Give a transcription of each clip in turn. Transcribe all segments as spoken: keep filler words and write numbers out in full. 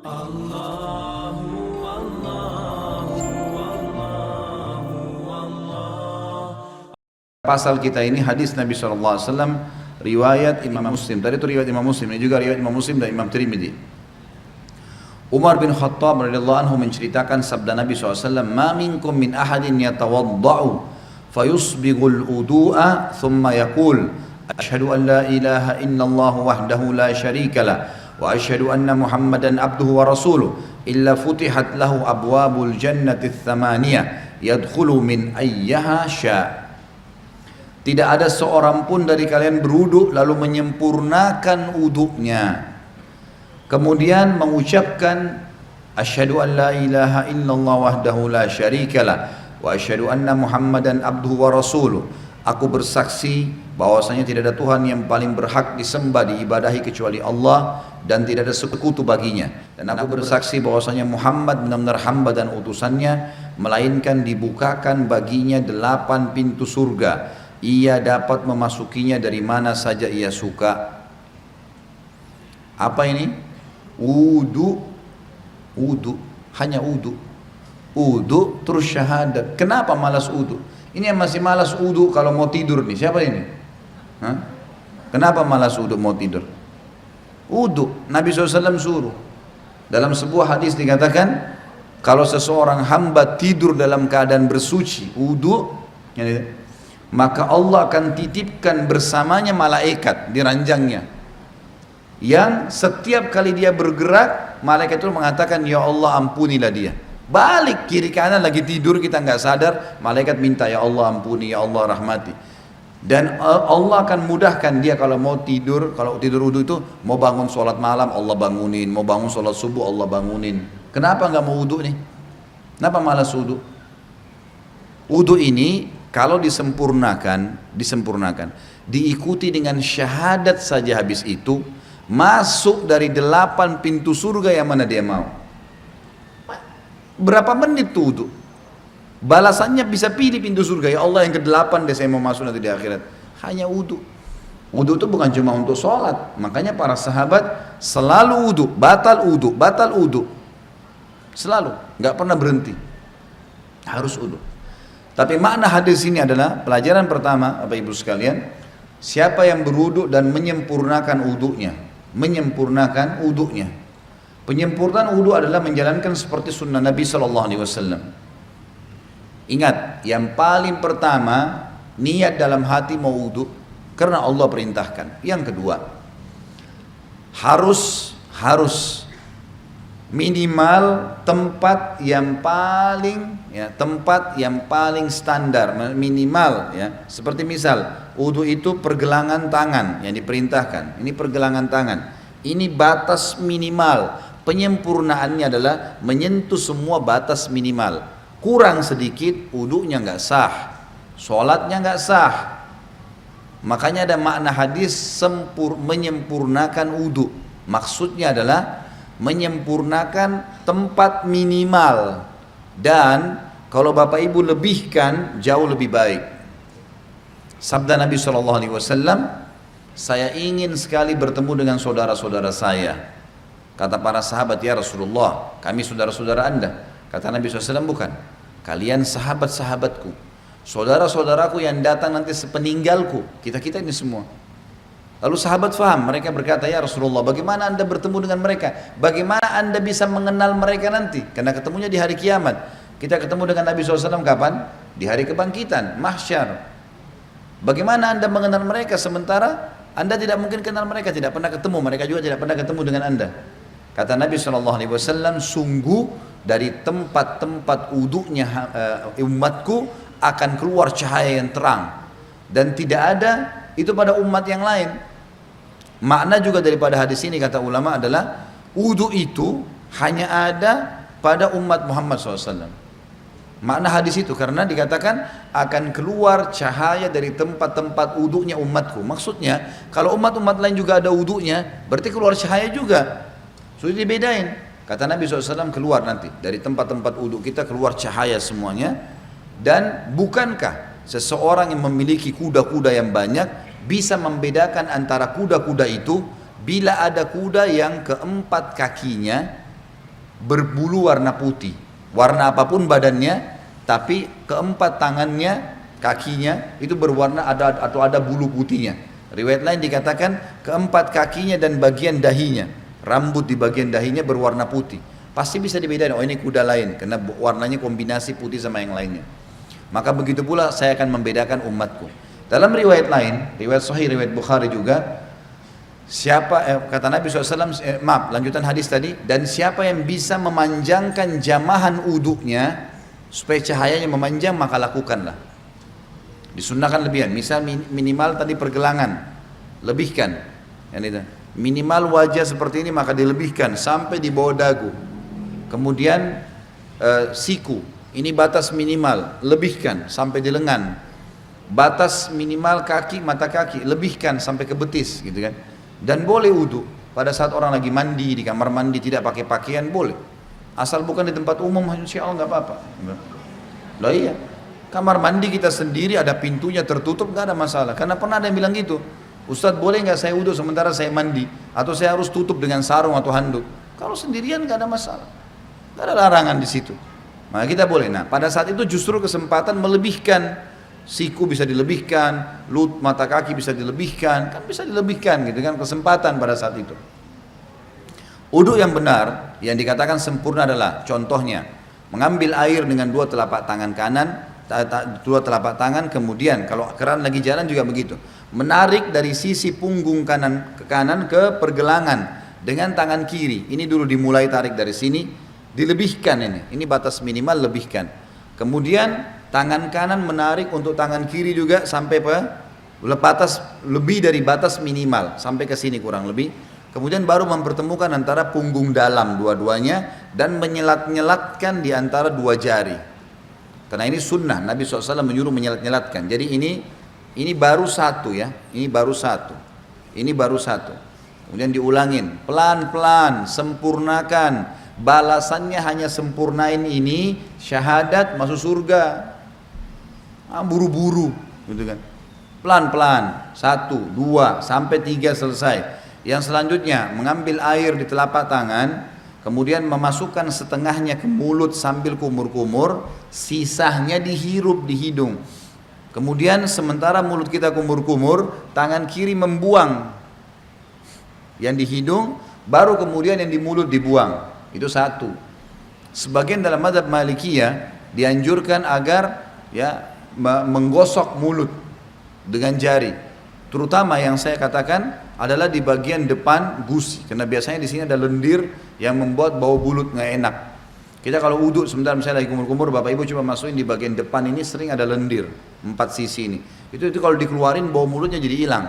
Allahu Allahu Allahu Allah. Pasal kita ini hadis Nabi shallallahu alaihi wasallam riwayat Imam Muslim. Tadi itu riwayat Imam Muslim, ini juga riwayat Imam Muslim dan Imam Tirmidzi. Umar bin Khattab radhiyallahu anhu menceritakan sabda Nabi shallallahu alaihi wasallam, "Ma minkum min ahadin yatawadda'u fayusbighul wudu'a thumma yaqul asyhadu an la ilaha illallah wahdahu la syarika lah wa asyhadu anna Muhammadan abduhu wa rasuluh illa futihat lahu abwabul jannati tsamaniyah yadkhulu min ayyaha sya'." Tidak ada seorang pun dari kalian berwudu lalu menyempurnakan wudunya, kemudian mengucapkan asyhadu an la ilaha illallah wahdahu la syarikalah wa asyhadu anna Muhammadan abduhu wa rasuluh. Aku bersaksi bahwasanya tidak ada Tuhan yang paling berhak disembah diibadahi kecuali Allah dan tidak ada sekutu baginya, dan aku bersaksi bahwasanya Muhammad benar-benar hamba dan utusannya, melainkan dibukakan baginya delapan pintu surga, ia dapat memasukinya dari mana saja ia suka. Apa ini? Wudu, wudu, hanya wudu, wudu terus syahadat. Kenapa malas wudu? Ini yang masih malas wudu kalau mau tidur nih, siapa ini? Hah? Kenapa malas wudu mau tidur? Wudu, Nabi shallallahu alaihi wasallam suruh. Dalam sebuah hadis dikatakan, kalau seseorang hamba tidur dalam keadaan bersuci, wudu, maka Allah akan titipkan bersamanya malaikat di ranjangnya, yang setiap kali dia bergerak, malaikat itu mengatakan, ya Allah ampunilah dia. Balik kiri kanan lagi tidur kita nggak sadar, malaikat minta, ya Allah ampuni, ya Allah rahmati. Dan Allah akan mudahkan dia kalau mau tidur, kalau tidur wudu itu mau bangun sholat malam Allah bangunin, mau bangun sholat subuh Allah bangunin. Kenapa nggak mau wudu nih? Kenapa malas wudu? Wudu ini kalau disempurnakan, disempurnakan, diikuti dengan syahadat saja, habis itu masuk dari delapan pintu surga yang mana dia mau. Berapa menit tuh wudu? Balasannya bisa pilih pintu surga. Ya Allah yang kedelapan deh saya mau masuk nanti di akhirat. Hanya wudu. Wudu itu bukan cuma untuk sholat. Makanya para sahabat selalu wudu, batal wudu, batal wudu. Selalu, nggak pernah berhenti. Harus wudu. Tapi makna hadis ini adalah pelajaran pertama, Bapak Ibu sekalian, siapa yang berwudu dan menyempurnakan wudunya, menyempurnakan wudunya. Penyempurnaan wudu adalah menjalankan seperti sunnah Nabi Shallallahu Alaihi Wasallam. Ingat, yang paling pertama niat dalam hati mau wudu karena Allah perintahkan. Yang kedua, harus harus minimal tempat yang paling ya, tempat yang paling standar minimal ya. Seperti misal wudu itu pergelangan tangan yang diperintahkan. Ini pergelangan tangan. Ini batas minimal. Penyempurnaannya adalah menyentuh semua batas minimal. Kurang sedikit wudunya nggak sah, sholatnya nggak sah. Makanya ada makna hadis sempur, menyempurnakan wudu. Maksudnya adalah menyempurnakan tempat minimal, dan kalau Bapak Ibu lebihkan jauh lebih baik. Sabda Nabi shallallahu alaihi wasallam, saya ingin sekali bertemu dengan saudara-saudara saya. Kata para sahabat, ya Rasulullah, kami saudara-saudara Anda. Kata Nabi shallallahu alaihi wasallam, bukan, kalian sahabat-sahabatku, saudara-saudaraku yang datang nanti sepeninggalku, kita-kita ini semua. Lalu sahabat faham, mereka berkata, ya Rasulullah, bagaimana Anda bertemu dengan mereka? Bagaimana Anda bisa mengenal mereka nanti? Karena ketemunya di hari kiamat. Kita ketemu dengan Nabi shallallahu alaihi wasallam kapan? Di hari kebangkitan, mahsyar. Bagaimana Anda mengenal mereka sementara Anda tidak mungkin kenal mereka, tidak pernah ketemu, mereka juga tidak pernah ketemu dengan Anda. Kata Nabi shallallahu alaihi wasallam, sungguh dari tempat-tempat wudunya uh, umatku akan keluar cahaya yang terang, dan tidak ada itu pada umat yang lain. Makna juga daripada hadis ini kata ulama adalah wudu itu hanya ada pada umat Muhammad shallallahu alaihi wasallam. Makna hadis itu karena dikatakan akan keluar cahaya dari tempat-tempat wudunya umatku. Maksudnya kalau umat-umat lain juga ada wudunya, berarti keluar cahaya juga. Sudah dibedain. Kata Nabi shallallahu alaihi wasallam, keluar nanti dari tempat-tempat wudhu kita keluar cahaya semuanya. Dan bukankah seseorang yang memiliki kuda-kuda yang banyak bisa membedakan antara kuda-kuda itu bila ada kuda yang keempat kakinya berbulu warna putih, warna apapun badannya, tapi keempat tangannya, kakinya itu berwarna ada atau ada bulu putihnya. Riwayat lain dikatakan keempat kakinya dan bagian dahinya, rambut di bagian dahinya berwarna putih. Pasti bisa dibedakan, oh ini kuda lain, karena warnanya kombinasi putih sama yang lainnya. Maka begitu pula saya akan membedakan umatku. Dalam riwayat lain, riwayat Sahih, riwayat Bukhari juga, siapa eh, kata Nabi shallallahu alaihi wasallam, eh, maaf lanjutan hadis tadi, dan siapa yang bisa memanjangkan jamahan uduknya supaya cahayanya memanjang maka lakukanlah. Disunnahkan lebihan, misal minimal tadi pergelangan, lebihkan, yang itu. Minimal wajah seperti ini maka dilebihkan sampai di bawah dagu. Kemudian eh, siku, ini batas minimal, lebihkan sampai di lengan. Batas minimal kaki, mata kaki, lebihkan sampai ke betis, gitu kan. Dan boleh wudu pada saat orang lagi mandi di kamar mandi tidak pakai pakaian boleh, asal bukan di tempat umum, insya Allah nggak apa-apa. Loh iya, kamar mandi kita sendiri ada pintunya tertutup nggak ada masalah. Karena pernah ada yang bilang gitu, Ustadz boleh nggak saya wudu sementara saya mandi, atau saya harus tutup dengan sarung atau handuk? Kalau sendirian nggak ada masalah, nggak ada larangan di situ. Maka kita boleh. Nah pada saat itu justru kesempatan melebihkan. Siku bisa dilebihkan, lut mata kaki bisa dilebihkan, kan bisa dilebihkan gitu kan, kesempatan pada saat itu. Wudu yang benar yang dikatakan sempurna adalah contohnya mengambil air dengan dua telapak tangan kanan, dua telapak tangan, kemudian kalau keran lagi jalan juga begitu, menarik dari sisi punggung kanan ke kanan ke pergelangan dengan tangan kiri. Ini dulu dimulai tarik dari sini, dilebihkan ini, ini batas minimal lebihkan. Kemudian tangan kanan menarik untuk tangan kiri juga sampai ke batas lebih dari batas minimal sampai ke sini kurang lebih. Kemudian baru mempertemukan antara punggung dalam dua-duanya dan menyelat-nyelatkan di antara dua jari. Karena ini sunnah Nabi shallallahu alaihi wasallam menyuruh menyelat-nyelatkan. Jadi ini ini baru satu ya, ini baru satu, ini baru satu. Kemudian diulangin pelan-pelan, sempurnakan. Balasannya hanya sempurnain ini, syahadat masuk surga. Ah, buru-buru gitu kan, pelan-pelan, satu, dua, sampai tiga selesai. Yang selanjutnya mengambil air di telapak tangan, kemudian memasukkan setengahnya ke mulut sambil kumur-kumur, sisanya dihirup di hidung. Kemudian sementara mulut kita kumur-kumur, tangan kiri membuang yang di hidung, baru kemudian yang di mulut dibuang. Itu satu. Sebagian dalam mazhab Malikiyah dianjurkan agar ya menggosok mulut dengan jari, terutama yang saya katakan adalah di bagian depan gusi, karena biasanya di sini ada lendir yang membuat bau mulut nggak enak. Kita kalau uduk sebentar misalnya lagi kumur-kumur, bapak ibu coba masukin di bagian depan ini sering ada lendir empat sisi ini, itu itu kalau dikeluarin bau mulutnya jadi hilang.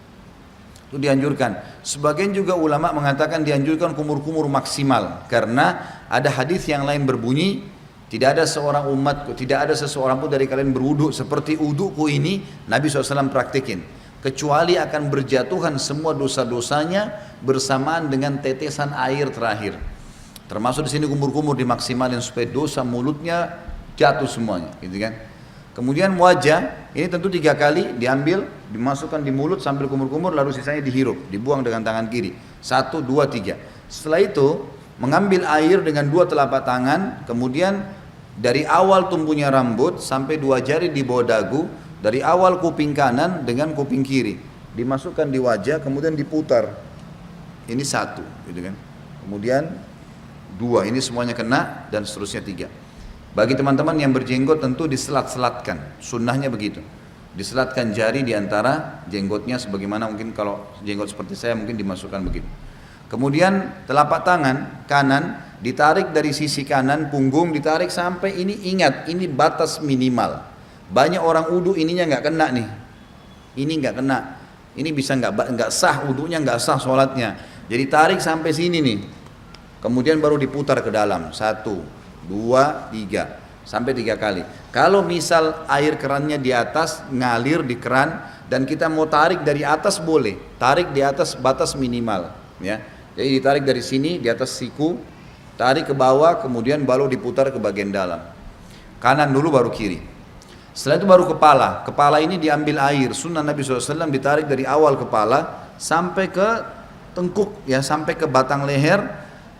Itu dianjurkan. Sebagian juga ulama mengatakan dianjurkan kumur-kumur maksimal, karena ada hadis yang lain berbunyi, tidak ada seorang umatku, tidak ada seseorang pun dari kalian berwudu seperti wuduku ini, Nabi shallallahu alaihi wasallam praktekin, kecuali akan berjatuhan semua dosa-dosanya bersamaan dengan tetesan air terakhir. Termasuk di sini kumur-kumur dimaksimalin supaya dosa mulutnya jatuh semuanya, gitu kan. Kemudian wajah, ini tentu tiga kali diambil, dimasukkan di mulut sambil kumur-kumur, lalu sisanya dihirup, dibuang dengan tangan kiri. Satu, dua, tiga. Setelah itu mengambil air dengan dua telapak tangan, kemudian dari awal tumbuhnya rambut sampai dua jari di bawah dagu, dari awal kuping kanan dengan kuping kiri, dimasukkan di wajah, kemudian diputar. Ini satu, gitu kan. Kemudian dua, ini semuanya kena, dan seterusnya tiga. Bagi teman-teman yang berjenggot tentu diselat-selatkan, sunnahnya begitu. Diselatkan jari di antara jenggotnya, sebagaimana mungkin kalau jenggot seperti saya mungkin dimasukkan begitu. Kemudian telapak tangan kanan ditarik dari sisi kanan punggung, ditarik sampai ini, ingat ini batas minimal. Banyak orang wudu ininya nggak kena nih, ini nggak kena, ini bisa nggak nggak sah wudunya, nggak sah sholatnya. Jadi tarik sampai sini nih, kemudian baru diputar ke dalam, satu, dua, tiga, sampai tiga kali. Kalau misal air kerannya di atas ngalir di keran dan kita mau tarik dari atas boleh, tarik di atas batas minimal, ya. Jadi ditarik dari sini di atas siku, tarik ke bawah, kemudian baru diputar ke bagian dalam. Kanan dulu baru kiri. Setelah itu baru kepala. Kepala ini diambil air. Sunnah Nabi shallallahu alaihi wasallam ditarik dari awal kepala sampai ke tengkuk, ya, sampai ke batang leher.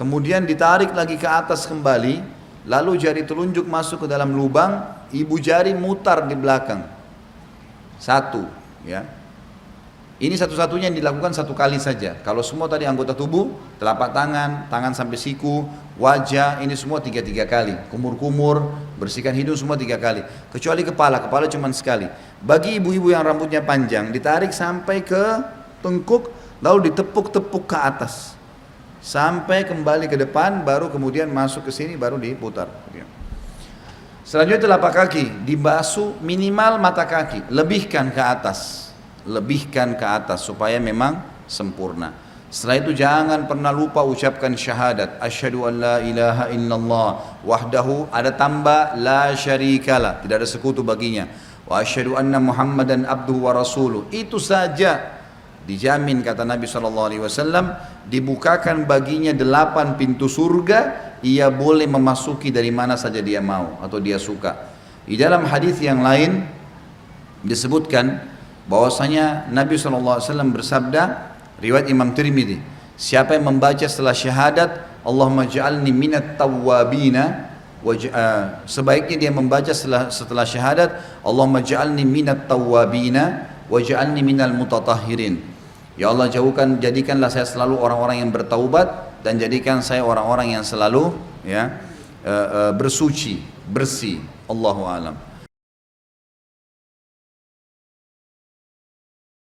kemudian ditarik lagi ke atas kembali, lalu jari telunjuk masuk ke dalam lubang, ibu jari mutar di belakang. Satu, ya. Ini satu-satunya yang dilakukan satu kali saja. Kalau semua tadi anggota tubuh, telapak tangan, tangan sampai siku, wajah, ini semua tiga-tiga kali. Kumur-kumur, bersihkan hidung semua tiga kali. Kecuali kepala, kepala cuma sekali. Bagi ibu-ibu yang rambutnya panjang, ditarik sampai ke tengkuk, lalu ditepuk-tepuk ke atas. Sampai kembali ke depan, baru kemudian masuk ke sini, baru diputar. Selanjutnya telapak kaki, dibasuh minimal mata kaki, lebihkan ke atas. Lebihkan ke atas supaya memang sempurna. Setelah itu jangan pernah lupa ucapkan syahadat, asyhadu an la ilaha illallah wahdahu, ada tambah la syarikalah, tidak ada sekutu baginya, wa asyhadu anna muhammadan abduhu wa rasuluh. Itu saja dijamin, kata Nabi shallallahu alaihi wasallam, dibukakan baginya delapan pintu surga, ia boleh memasuki dari mana saja dia mau atau dia suka. Di dalam hadis yang lain disebutkan bahwasanya Nabi shallallahu alaihi wasallam bersabda, riwayat Imam Tirmidzi, siapa yang membaca setelah syahadat Allahumma ja'alni minat tawwabina, uh, sebaiknya dia membaca setelah, setelah syahadat Allahumma ja'alni minat tawwabina waj'alni minal mutatahhirin. Ya Allah, jauhkan, jadikanlah saya selalu orang-orang yang bertaubat, dan jadikan saya orang-orang yang selalu ya uh, uh, bersuci, bersih. Allahu a'lam.